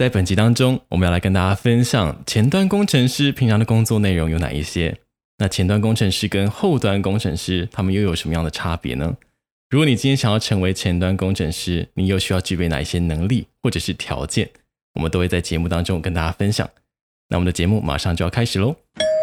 在本集当中，我们要来跟大家分享前端工程师平常的工作内容有哪一些。那前端工程师跟后端工程师，他们又有什么样的差别呢？如果你今天想要成为前端工程师，你又需要具备哪一些能力或者是条件，我们都会在节目当中跟大家分享。那我们的节目马上就要开始咯。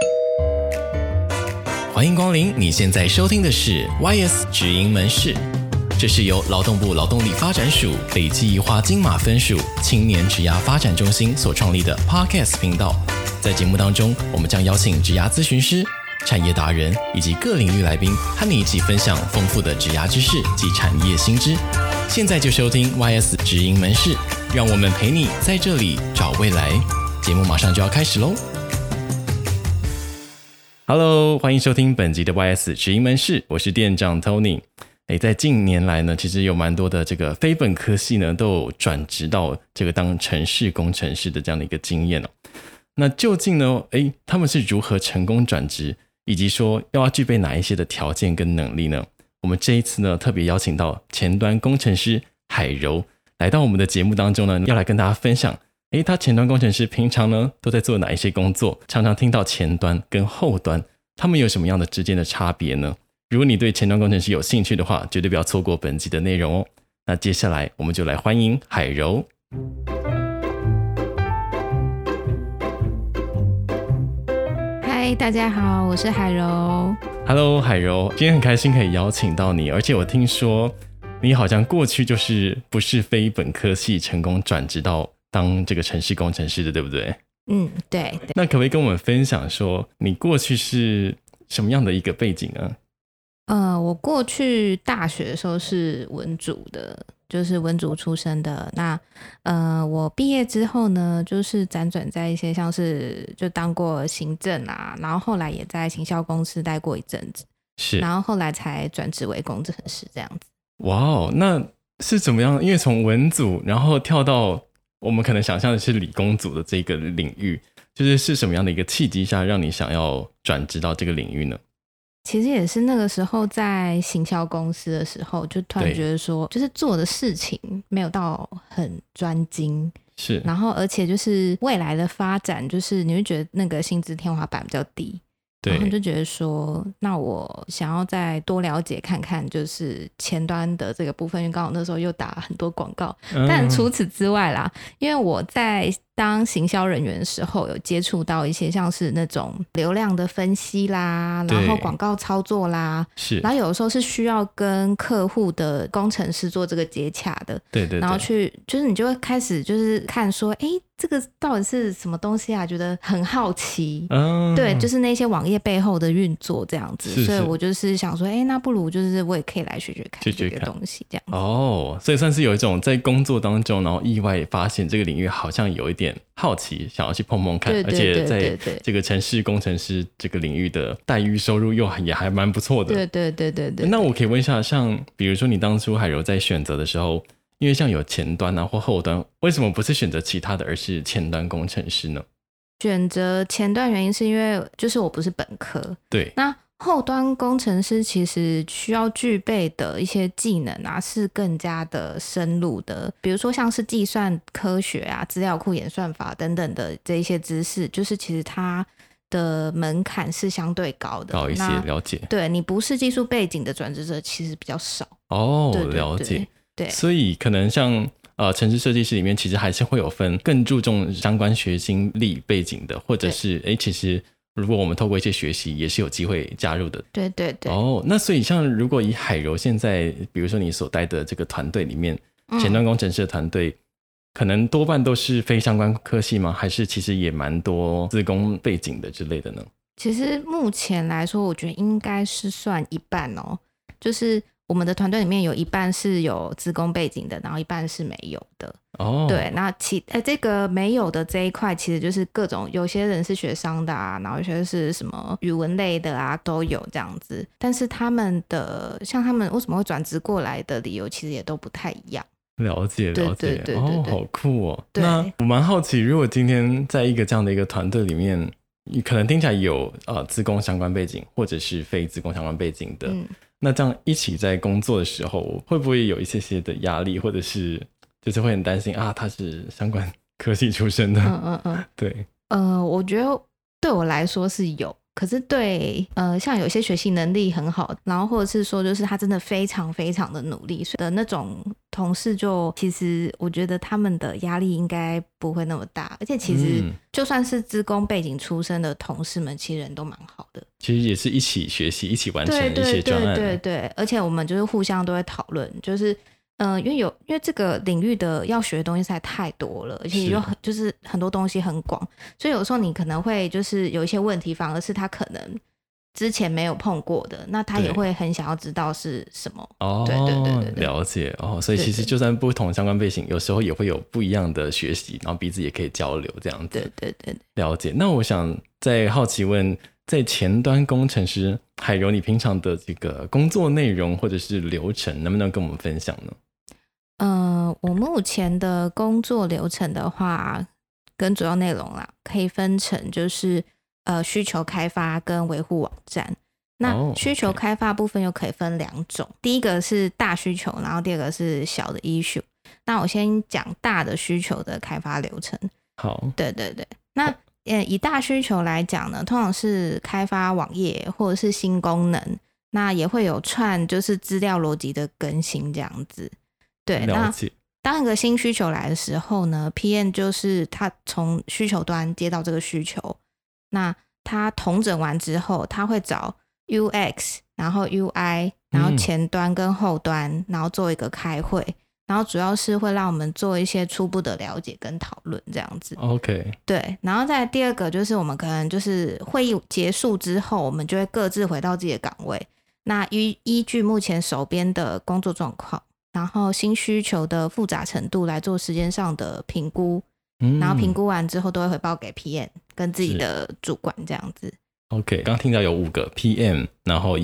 欢迎光临，你现在收听的是 YS 直营门市，这是由劳动部劳动力发展署北基宜花金马分署青年职涯发展中心所创立的 Podcast 频道。在节目当中，我们将邀请职涯咨询师、产业达人以及各领域来宾，和你一起分享丰富的职涯知识及产业新知。现在就收听 YS 直营门市，让我们陪你在这里找未来。节目马上就要开始咯。Hello， 欢迎收听本集的 YS 直营门市，我是店长 Tony。在近年来呢，其实有蛮多的这个非本科系呢，都有转职到这个当程式工程师的这样的一个经验哦。那究竟呢，他们是如何成功转职，以及说要具备哪一些的条件跟能力呢？我们这一次呢，特别邀请到前端工程师海柔来到我们的节目当中呢，要来跟大家分享，他前端工程师平常呢都在做哪一些工作？常常听到前端跟后端，他们有什么样的之间的差别呢？如果你对前端工程师有兴趣的话，绝对不要错过本集的内容哦。那接下来我们就来欢迎海柔。 嗨，大家好，我是海柔。 Hello， 海柔，今天很开心可以邀请到你，而且我听说你好像过去就是不是非本科系成功转职到当这个程式工程师的，对不对？ 对。 那可不可以跟我们分享说你过去是什么样的一个背景啊？ 我过去大学的时候是文组的，就是文组出身的。那我毕业之后呢，就是辗转在一些像是就当过行政啊，然后后来也在行销公司待过一阵子， 是， 然后后来才转职为工程师这样子。 哇哦，那是怎么样？因为从文组然后跳到我们可能想象的是理工组的这个领域，是什么样的一个契机下让你想要转职到这个领域呢？ 其实也是那个时候在行销公司的时候，就突然觉得说，就是做的事情没有到很专精， 是， 然后而且就是未来的发展，就是你会觉得那个薪资天花板比较低， 对， 然后就觉得说，那我想要再多了解看看，就是前端的这个部分，因为刚好那时候又打很多广告，但除此之外啦，因为我在当行销人员的时候有接触到一些像是那种流量的分析啦，然后广告操作啦， 是， 然后有的时候是需要跟客户的工程师做这个接洽的， 对， 然后就是你就会开始就是看说，这个到底是什么东西啊？觉得很好奇，对，就是那些网页背后的运作这样子，所以我就是想说，那不如就是我也可以来学看这个东西这样子。 哦，所以算是有一种在工作当中，然后意外发现这个领域好像有一点好奇，想要去碰碰看，而且在这个程式工程师这个领域的待遇收入也还蛮不错的。 对。 那我可以问一下，像比如说你当初海柔在选择的时候，因为像有前端啊或后端，为什么不是选择其他的，而是前端工程师呢？ 选择前端原因是因为就是我不是本科， 对， 那后端工程师其实需要具备的一些技能啊是更加的深入的，比如说像是计算科学啊、资料库演算法等等的这一些知识，就是其实它的门槛是相对高的， 高一些，了解。 对，你不是技术背景的转职者其实比较少。 对，了解。 对， 所以可能像程式设计师里面其实还是会有分更注重相关学经历背景的，或者是其实如果我们透过一些学习也是有机会加入的。 对。 那所以像如果以海柔现在比如说你所带的这个团队里面，前端工程师的团队可能多半都是非相关科系吗？还是其实也蛮多资工背景的之类的呢？ 其实目前来说我觉得应该是算一半哦，就是我们的团队里面有一半是有资工背景的，然后一半是没有的。对，那这个没有的这一块其实就是各种，有些人是学商的啊，然后有些是什么语文类的啊，都有这样子。但是他们像他们为什么会转职过来的理由其实也都不太一样。 了解， 对， 好酷哦。那我蛮好奇，如果今天在一个这样的一个团队里面，你可能听起来有资工相关背景或者是非资工相关背景的，那这样一起在工作的时候会不会有一些的压力，或者是就是会很担心他是相关科系出身的。对。 我觉得对我来说是有，可是对像有些学习能力很好，然后或者是说就是他真的非常非常的努力的那种同事，就其实我觉得他们的压力应该不会那么大，而且其实就算是资工背景出身的同事们，其实人都蛮好的， 其实也是一起学习一起完成一些专案。 对，而且我们就是互相都会讨论，就是因为这个领域的要学的东西实在太多了，而且就是很多东西很广，所以有时候你可能会就是有一些问题，反而是他可能之前没有碰过的，那他也会很想要知道是什么。对， 了解哦。所以其实就算不同相关背景，有时候也会有不一样的学习，然后彼此也可以交流这样子。 对， 了解。那我想再好奇问，在前端工程师海柔，你平常的这个工作内容或者是流程，能不能跟我们分享呢？ 我目前的工作流程的话，跟主要内容啦，可以分成就是需求开发跟维护网站。那需求开发部分又可以分两种，第一个是大需求，然后第二个是小的 issue。那我先讲大的需求的开发流程。 好， 对。那以大需求来讲呢，通常是开发网页或者是新功能，那也会有串就是资料逻辑的更新这样子。对， 了解。 当一个新需求来的时候呢 ，PM 就是他从需求端接到这个需求，那他统整完之后，他会找 UX， 然后 UI， 然后前端跟后端，然后做一个开会，然后主要是会让我们做一些初步的了解跟讨论这样子。 OK， 对，然后再来第二个就是我们可能就是会议结束之后，我们就会各自回到自己的岗位，那依据目前手边的工作状况，然后新需求的复杂程度来做时间上的评估，然后评估完之后都会回报给 PM 跟自己的主管这样子。 OK， 刚听到有5个 PM， 然后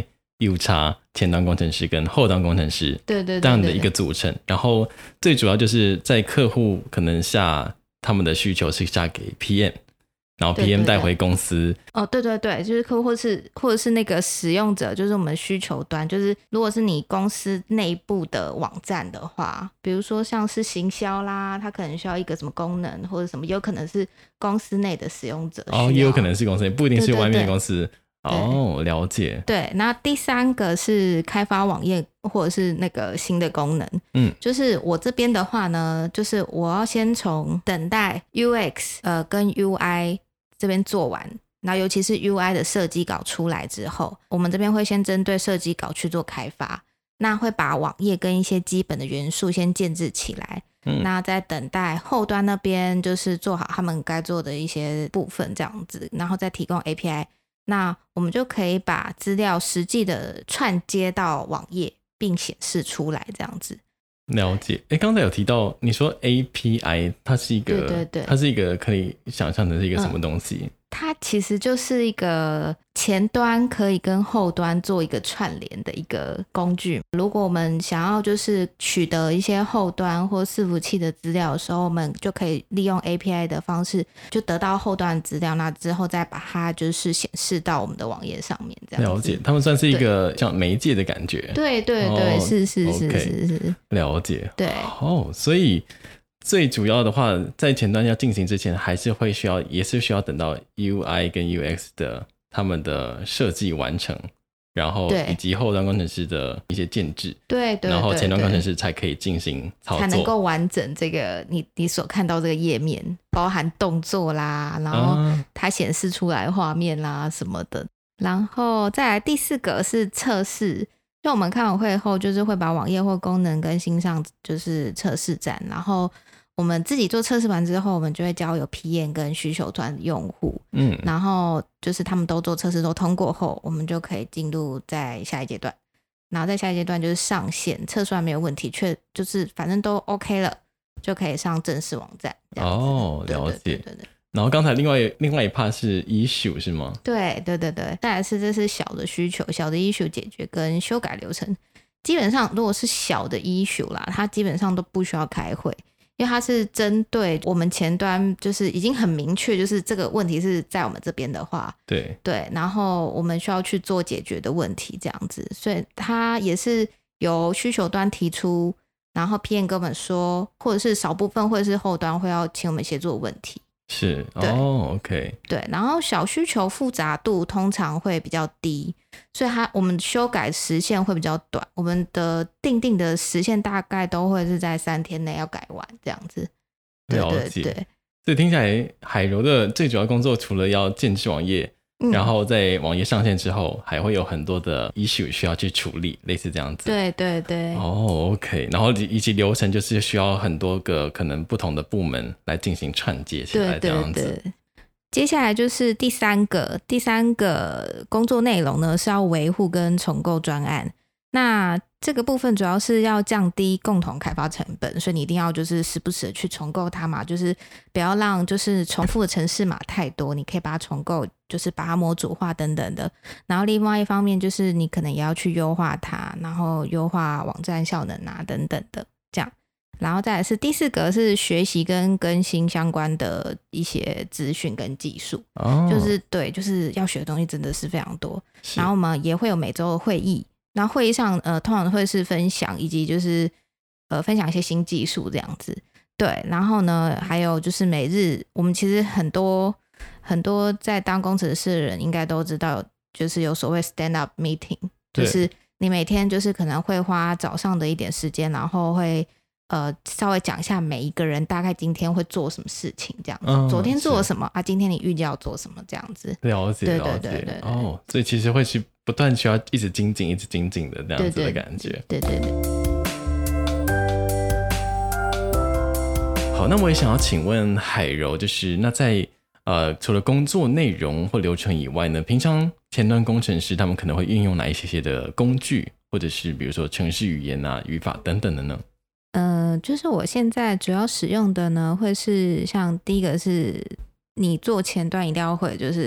UI、UX、前端工程师跟后端工程师， 对，这样的一个组成。然后最主要就是在客户可能下他们的需求是下给 PM， 然后 PM 带回公司。对， 就是客户或者是那个使用者，就是我们需求端，就是如果是你公司内部的网站的话，比如说像是行销啦，它可能需要一个什么功能或者什么，有可能是公司内的使用者需要， 也有可能是公司内，不一定是外面的公司。了解。 对，那第三个是开发网页或者是那个新的功能。就是我这边的话呢，就是我要先从等待 UX 跟 UI 这边做完，然后尤其是 UI 的设计稿出来之后，我们这边会先针对设计稿去做开发，那会把网页跟一些基本的元素先建置起来。那在等待后端那边就是做好他们该做的一些部分这样子，然后再提供 API， 那我们就可以把资料实际的串接到网页并显示出来这样子。 了解。刚才有提到你说 API 它是一个，对，它是一个可以想象成是一个什么东西？ 它其实就是一个前端可以跟后端做一个串联的一个工具。如果我们想要就是取得一些后端或伺服器的资料的时候，我们就可以利用 API 的方式就得到后端的资料，那之后再把它就是显示到我们的网页上面这样子。 了解，他们算是一个像媒介的感觉。 对，是了解。 对， 所以最主要的话，在前端要进行之前，还是会也是需要等到 UI 跟 UX 的他们的设计完成，然后以及后端工程师的一些建制， 对， 然后前端工程师才可以进行操作， 才能够完整这个你所看到这个页面，包含动作啦，然后它显示出来画面啦什么的。然后再来第4个是测试。就我们开完会后，就是会把网页或功能更新上就是测试站，然后我们自己做测试完之后，我们就会交由 PM 跟需求端的用户，然后就是他们都做测试都通过后，我们就可以进入在下一阶段，然后在下一阶段就是上线，测出来没有问题，就是反正都 OK 了，就可以上正式网站。 了解。对。然后刚才另外一 part 是 issue 是吗？ 对，再来是这是小的需求，小的 issue 解决跟修改流程。基本上如果是小的 issue 啦，它基本上都不需要开会，因为它是针对我们前端就是已经很明确，就是这个问题是在我们这边的话，对，然后我们需要去做解决的问题这样子，所以它也是由需求端提出， 然后 PM 跟我们说，或者是少部分会是后端会要请我们协助的问题。 是哦 ，OK， 对，然后小需求复杂度通常会比较低，所以我们修改时限会比较短，我们的定的时限大概都会是在3天内要改完这样子。对对对， 所以听起来海柔的最主要工作除了要建置网页，然后在网页上线之后还会有很多的 issue 需要去处理，类似这样子。 对对对， 哦 OK， 然后以及流程就是需要很多个可能不同的部门来进行串接起来这样子。 对对对，接下来就是第三个工作内容呢，是要维护跟重构专案。那这个部分主要是要降低共同开发成本，所以你一定要就是时不时的去重构它嘛，就是不要让就是重复的程式码太多，你可以把它重构，就是把它模组化等等的。然后另外一方面就是你可能也要去优化它，然后优化网站效能啊等等的这样。然后再来是第4个是学习跟更新相关的一些资讯跟技术，就是对，就是要学的东西真的是非常多。然后我们也会有每周的会议，然后会议上通常会是分享以及就是分享一些新技术这样子。对，然后呢还有就是每日我们其实很多在当工程师的人应该都知道，就是有所谓 stand up meeting， 就是你每天就是可能会花早上的一点时间，然后会稍微讲一下每一个人大概今天会做什么事情这样子，昨天做了什么啊，今天你预计要做什么这样子。 了解了解，对哦，所以其实会去不断需要一直精进的这样子的感觉。 对对对。 好，那我也想要请问海柔，就是那在除了工作内容或流程以外呢，平常前端工程师他们可能会运用哪一些的工具，或者是比如说程式语言啊、语法等等的呢？ 就是我现在主要使用的呢，会是像第一个是你做前端一定要会，就是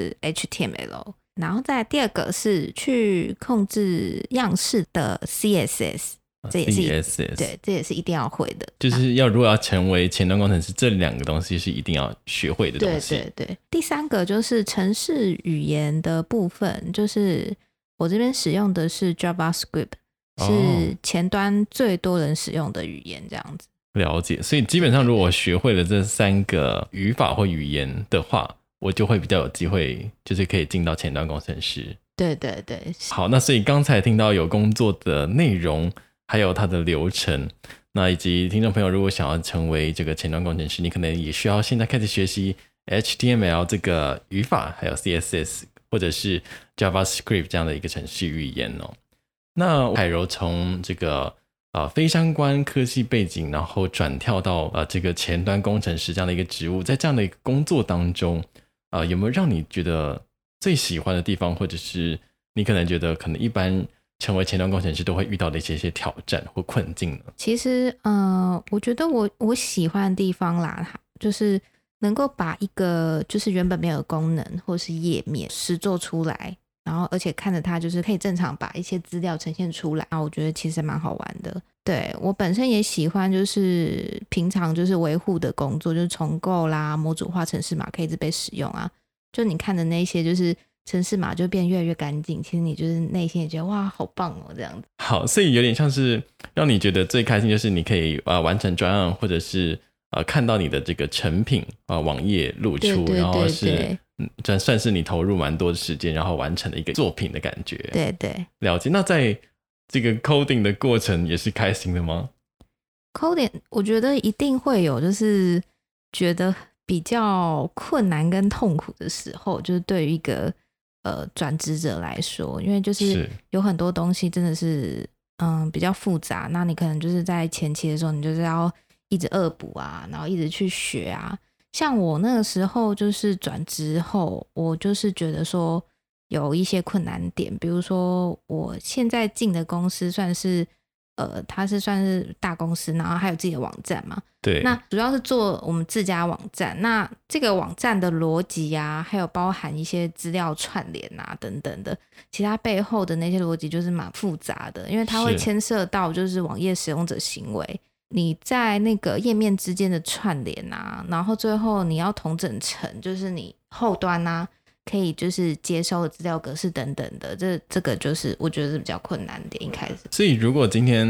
HTML， 然后再第二个是去控制样式的 CSS， 这也是 CSS， 对，这也是一定要会的。 就是如果要成为前端工程师，这2个东西是一定要学会的东西。 对对对。第3个就是程式语言的部分，就是我这边使用的是 JavaScript。是前端最多人使用的语言这样子。 了解，所以基本上如果我学会了这3个语法或语言的话，我就会比较有机会就是可以进到前端工程师。 对对对。 好，那所以刚才听到有工作的内容还有它的流程，那以及听众朋友如果想要成为这个前端工程师，你可能也需要现在开始学习 HTML 这个语法，还有 CSS 或者是 JavaScript 这样的一个程式语言哦。那海柔从这个非相关科系背景，然后转跳到这个前端工程师这样的一个职务，在这样的一个工作当中，有没有让你觉得最喜欢的地方，或者是你可能觉得可能一般成为前端工程师都会遇到的一些挑战或困境呢？ 其实我觉得我喜欢的地方啦，就是能够把一个就是原本没有的功能或是页面实做出来，然后而且看着它就是可以正常把一些资料呈现出来，我觉得其实蛮好玩的。对，我本身也喜欢就是平常就是维护的工作，就是重构啦、模组化程式码可以一直被使用啊，就你看的那些就是程式码就变越来越干净，其实你就是内心也觉得哇好棒哦这样子。 好，所以有点像是让你觉得最开心就是你可以完成专案，或者是看到你的这个成品网页露出，对对对对，然后是算是你投入蛮多的时间然后完成的一个作品的感觉。 对对， 了解。那在这个 coding 的过程也是开心的吗？ coding 我觉得一定会有就是觉得比较困难跟痛苦的时候，就是对于一个转职者来说，因为就是有很多东西真的是比较复杂，那你可能就是在前期的时候你就是要一直恶补啊，然后一直去学啊。像我那个时候就是转职后，我就是觉得说有一些困难点，比如说我现在进的公司算是它是算是大公司，然后还有自己的网站嘛。 对。 那主要是做我们自家网站，那这个网站的逻辑啊，还有包含一些资料串联啊等等的，其他背后的那些逻辑就是蛮复杂的，因为它会牵涉到就是网页使用者行为。你在那个页面之间的串联啊，然后最后你要统整成就是你后端啊可以就是接收的资料格式等等的，这个就是我觉得是比较困难点一开始。 所以如果今天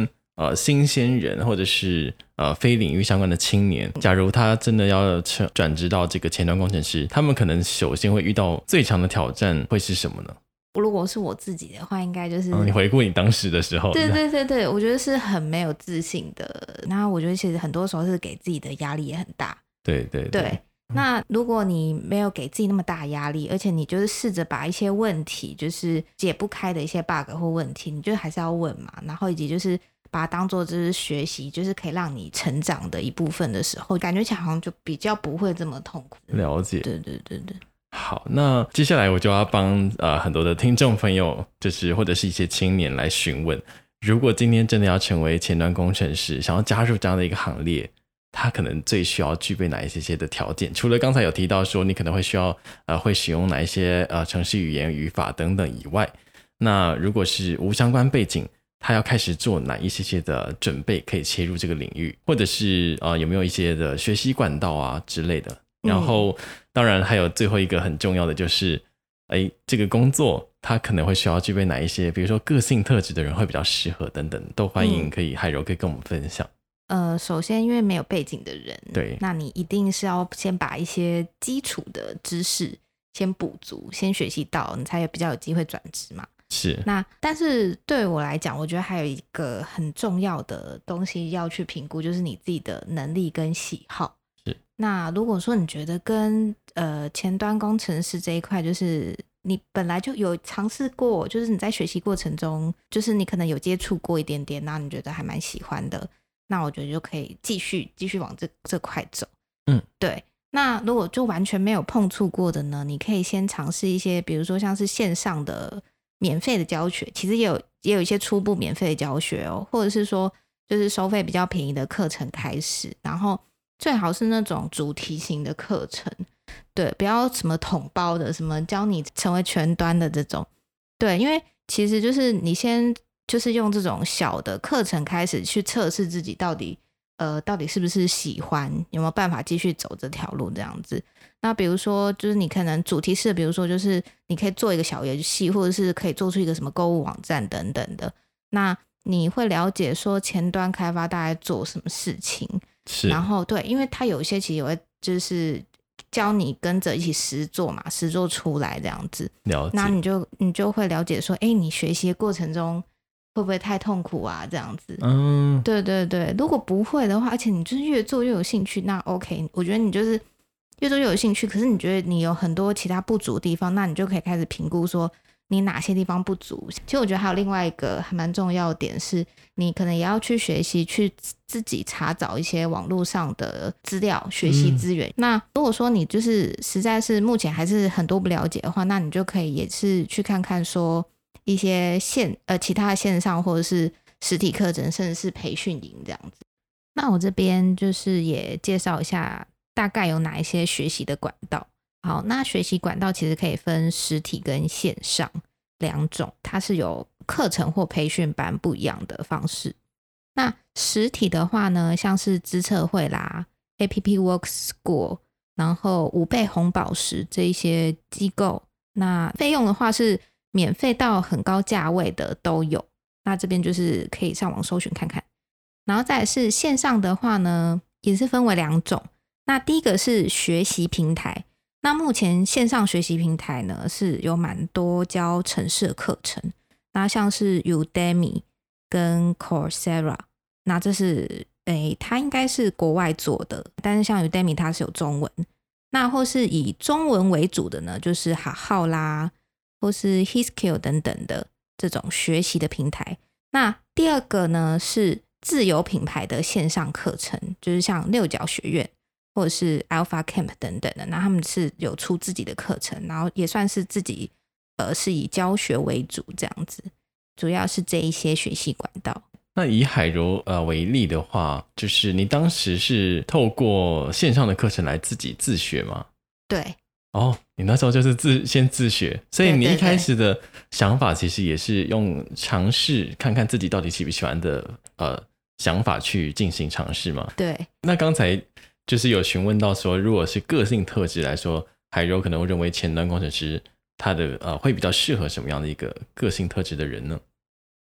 新鲜人或者是非领域相关的青年，假如他真的要转职到这个前端工程师，他们可能首先会遇到最长的挑战会是什么呢？ 如果是我自己的话，应该就是你回顾你当时的时候， 对，我觉得是很没有自信的。那我觉得其实很多时候是给自己的压力也很大。 对， 那如果你没有给自己那么大压力，而且你就是试着把一些问题，就是解不开的一些 bug 或问题，你就还是要问嘛。然后以及就是把它当做就是学习，就是可以让你成长的一部分的时候，感觉起来好像就比较不会这么痛苦。 了解。 对。 好，那接下来我就要帮很多的听众朋友，就是或者是一些青年来询问，如果今天真的要成为前端工程师，想要加入这样的一个行列，他可能最需要具备哪一些的条件？除了刚才有提到说你可能会需要会使用哪一些程式语言、语法等等以外，那如果是无相关背景，他要开始做哪一些的准备可以切入这个领域，或者是有没有一些的学习管道啊之类的？然后当然还有最后一个很重要的就是这个工作他可能会需要具备哪一些比如说个性特质的人会比较适合等等，都欢迎海柔可以跟我们分享。 首先因为没有背景的人， 对， 那你一定是要先把一些基础的知识先补足，先学习到，你才有比较有机会转职嘛。 是。 那但是对我来讲，我觉得还有一个很重要的东西要去评估，就是你自己的能力跟喜好。 是。 那如果说你觉得跟前端工程师这一块，就是你本来就有尝试过，就是你在学习过程中，就是你可能有接触过一点点，那你觉得还蛮喜欢的，那我觉得就可以继续往这块走。对。那如果就完全没有碰触过的呢，你可以先尝试一些，比如说像是线上的免费的教学，其实也有一些初步免费的教学哦，或者是说就是收费比较便宜的课程开始，然后最好是那种主题型的课程，对，不要什么统包的，什么教你成为全端的这种，对，因为其实就是你先就是用这种小的课程开始去测试自己到底是不是喜欢，有没有办法继续走这条路这样子。那比如说就是你可能主题是比如说就是你可以做一个小游戏，或者是可以做出一个什么购物网站等等的，那你会了解说前端开发大概做什么事情。 是。 然后对，因为它有一些其实也会就是教你跟着一起实做嘛，实做出来这样子。 了解。 那你就会了解说你学习的过程中会不会太痛苦啊这样子。对，如果不会的话，而且你就是越做越有兴趣，那 OK， 我觉得你就是越做越有兴趣，可是你觉得你有很多其他不足的地方，那你就可以开始评估说你哪些地方不足。其实我觉得还有另外一个还蛮重要的点是，你可能也要去学习去自己查找一些网络上的资料学习资源。那如果说你就是实在是目前还是很多不了解的话，那你就可以也是去看看说一些其他的线上或者是实体课程，甚至是培训营这样子。那我这边就是也介绍一下大概有哪一些学习的管道。好，那学习管道其实可以分实体跟线上两种，它是有课程或培训班不一样的方式。那实体的话呢，像是资策会啦、APP Works School， 然后5倍红宝石这一些机构，那费用的话是免费到很高价位的都有，那这边就是可以上网搜寻看看。然后再来是线上的话呢，也是分为两种。那第一个是学习平台，那目前线上学习平台呢是有蛮多教程式的课程，那像是 Udemy 跟 Coursera， 那这是它应该是国外做的，但是像 Udemy 它是有中文。那或是以中文为主的呢，就是好好啦或是 Hiskill 等等的这种学习的平台。那第二个呢是自有品牌的线上课程，就是像六角学院或者是 Alpha Camp 等等的，那他们是有出自己的课程，然后也算是自己是以教学为主这样子，主要是这一些学习管道。 那以海柔为例的话，就是你当时是透过线上的课程来自己自学吗？ 对。 你那时候就是先自学，所以你一开始的想法其实也是用尝试看看自己到底喜不喜欢的想法去进行尝试嘛？ 对。 那刚才就是有询问到说，如果是个性特质来说，海柔可能会认为前端工程师他的会比较适合什么样的一个个性特质的人呢？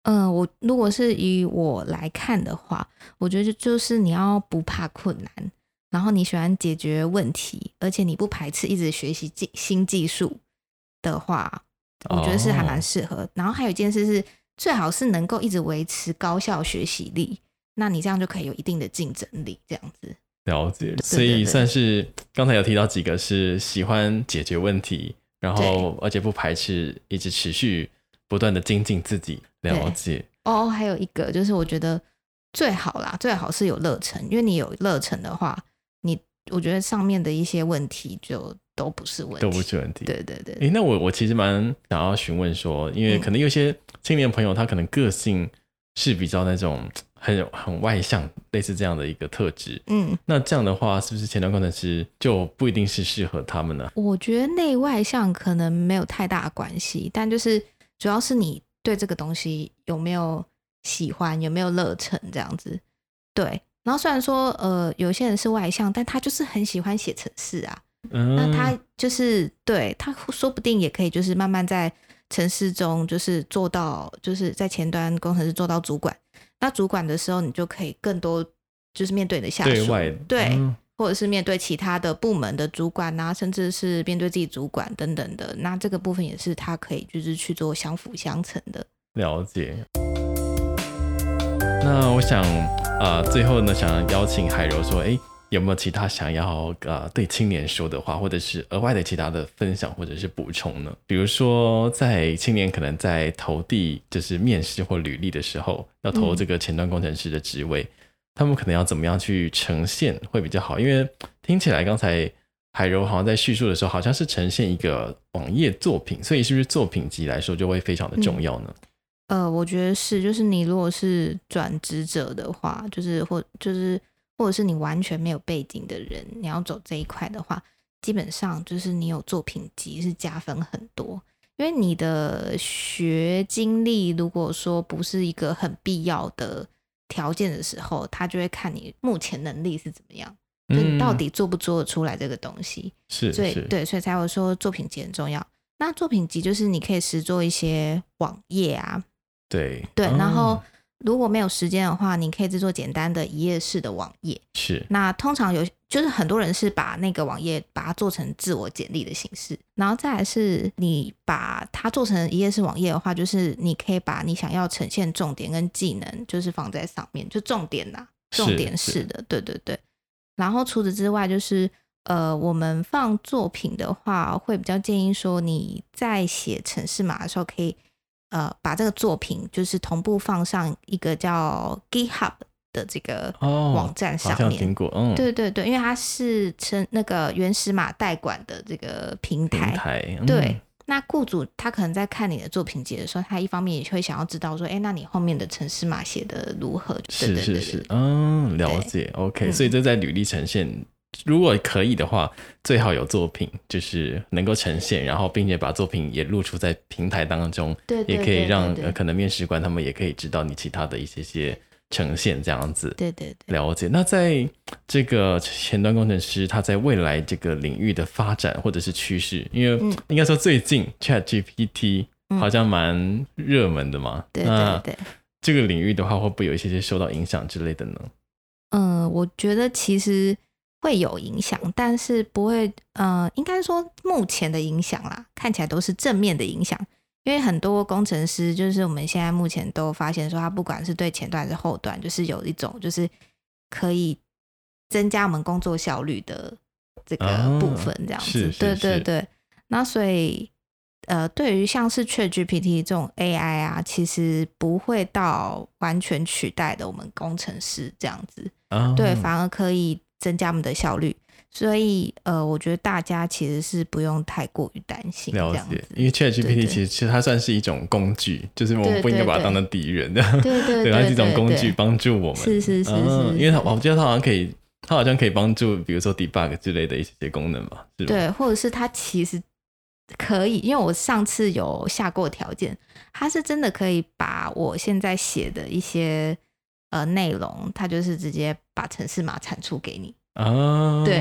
我如果是以我来看的话，我觉得就是你要不怕困难，然后你喜欢解决问题，而且你不排斥一直学习新技术的话，我觉得是还蛮适合。然后还有一件事是，最好是能够一直维持高效学习力，那你这样就可以有一定的竞争力，这样子。 了解，所以算是刚才有提到几个是喜欢解决问题，然后而且不排斥一直持续不断的精进自己。了解。 还有一个就是我觉得最好是有热忱，因为你有热忱的话，我觉得上面的一些问题就都不是问题。对对对。 那我其实蛮想要询问说，因为可能有些青年朋友他可能个性是比较那种很外向，类似这样的一个特质。那这样的话是不是前端工程师就不一定是适合他们呢？ 我觉得内外向可能没有太大的关系，但就是主要是你对这个东西有没有喜欢，有没有热忱这样子。对，然后虽然说有些人是外向，但他就是很喜欢写程式啊。那他就是对他说不定也可以就是慢慢在程式中就是做到，就是在前端工程师做到主管。那主管的时候你就可以更多就是面对你的下属， 对外对，或者是面对其他的部门的主管啊，甚至是面对自己主管等等的。那这个部分也是他可以就是去做相辅相成的。 了解。那我想最后呢，想邀请海柔说，有没有其他想要对青年说的话，或者是额外的其他的分享或者是补充呢？比如说在青年可能在投递就是面试或履历的时候，要投这个前端工程师的职位，他们可能要怎么样去呈现会比较好？因为听起来刚才海柔好像在叙述的时候好像是呈现一个网页作品，所以是不是作品集来说就会非常的重要呢？ 我觉得是，就是你如果是转职者的话，或者是你完全没有背景的人，你要走这一块的话，基本上就是你有作品集是加分很多。因为你的学经历如果说不是一个很必要的条件的时候，他就会看你目前能力是怎么样，就你到底做不做得出来这个东西。 是， 所以才会说作品集很重要。那作品集就是你可以实做一些网页啊，对，然后如果没有时间的话，你可以制作简单的一页式的网页。 是， 那通常就是很多人是把那个网页把它做成自我简历的形式，然后再来是你把它做成一页式网页的话，就是你可以把你想要呈现重点跟技能就是放在上面，就重点式的，对对对。然后除此之外就是我们放作品的话会比较建议说你在写程式码的时候可以把这个作品就是同步放上一个叫 GitHub 的这个网站上面。 好像听过。 对对对，因为它是那个原始码代管的这个平台。对，那雇主他可能在看你的作品集的时候，他一方面也会想要知道说那你后面的程式码写的如何。 是，了解。 OK，所以这在履历呈现如果可以的话，最好有作品就是能够呈现，然后并且把作品也露出在平台当中，也可以让可能面试官他们也可以知道你其他的一些呈现这样子。 对对对， 了解。那在这个前端工程师他在未来这个领域的发展或者是趋势，因为应该说最近 ChatGPT 好像蛮热门的嘛， 对对对， 这个领域的话会不会有一些受到影响之类的呢？ 我觉得其实会有影响，但是不会应该说目前的影响啦，看起来都是正面的影响。因为很多工程师就是我们现在目前都发现说，他不管是对前端还是后端，就是有一种就是可以增加我们工作效率的这个部分这样子。对对对。那所以对于像是 ChatGPT 这种 AI 啊，其实不会到完全取代的我们工程师这样子。对，反而可以增加我们的效率。所以我觉得大家其实是不用太过于担心这样子。了解， 因为 ChatGPT 其实它算是一种工具，就是我们不应该把它当成敌人的。 对对对， 它是一种工具帮助我们。 是。 因为我记得它好像可以帮助比如说 debug 之类的一些功能嘛，是吧？ 对，或者是它其实可以，因为我上次有下过条件，它是真的可以把我现在写的一些内容，它就是直接把程式码产出给你。对，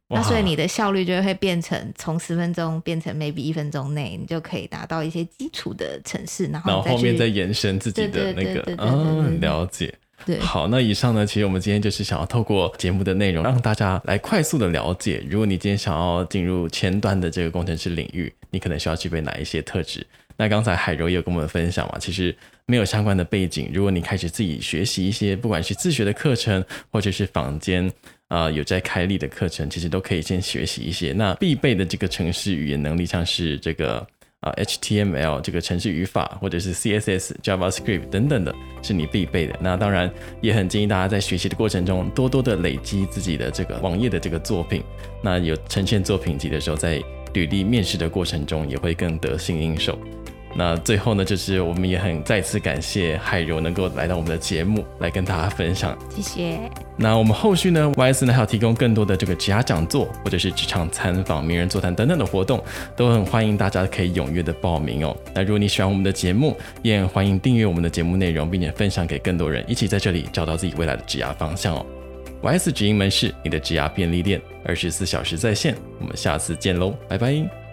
那所以你的效率就会变成从10分钟变成 maybe 1分钟内，你就可以拿到一些基础的程式，然后后面再延伸自己的那个了解。 对， 好，那以上呢，其实我们今天就是想要透过节目的内容，让大家来快速的了解，如果你今天想要进入前端的这个工程师领域，你可能需要具备哪一些特质。那刚才海柔也有跟我们分享嘛，其实没有相关的背景，如果你开始自己学习一些不管是自学的课程或者是坊间有在开立的课程，其实都可以先学习一些那必备的这个程式语言能力，像是这个HTML 这个程式语法，或者是 CSS、JavaScript 等等的，是你必备的。那当然也很建议大家在学习的过程中多多的累积自己的这个网页的这个作品，那有呈现作品集的时候，在履历面试的过程中也会更得心应手。那最后呢，就是我们也很再次感谢海柔能够来到我们的节目来跟大家分享， 谢谢。 那我们后续呢 YS 呢还有提供更多的这个职涯讲座或者是职场参访、名人座谈等等的活动，都很欢迎大家可以踊跃的报名哦。那如果你喜欢我们的节目，也很欢迎订阅我们的节目内容，并且分享给更多人，一起在这里找到自己未来的职涯方向哦。YS 职营门市，你的职涯便利店，24小时在线，我们下次见喽，拜拜。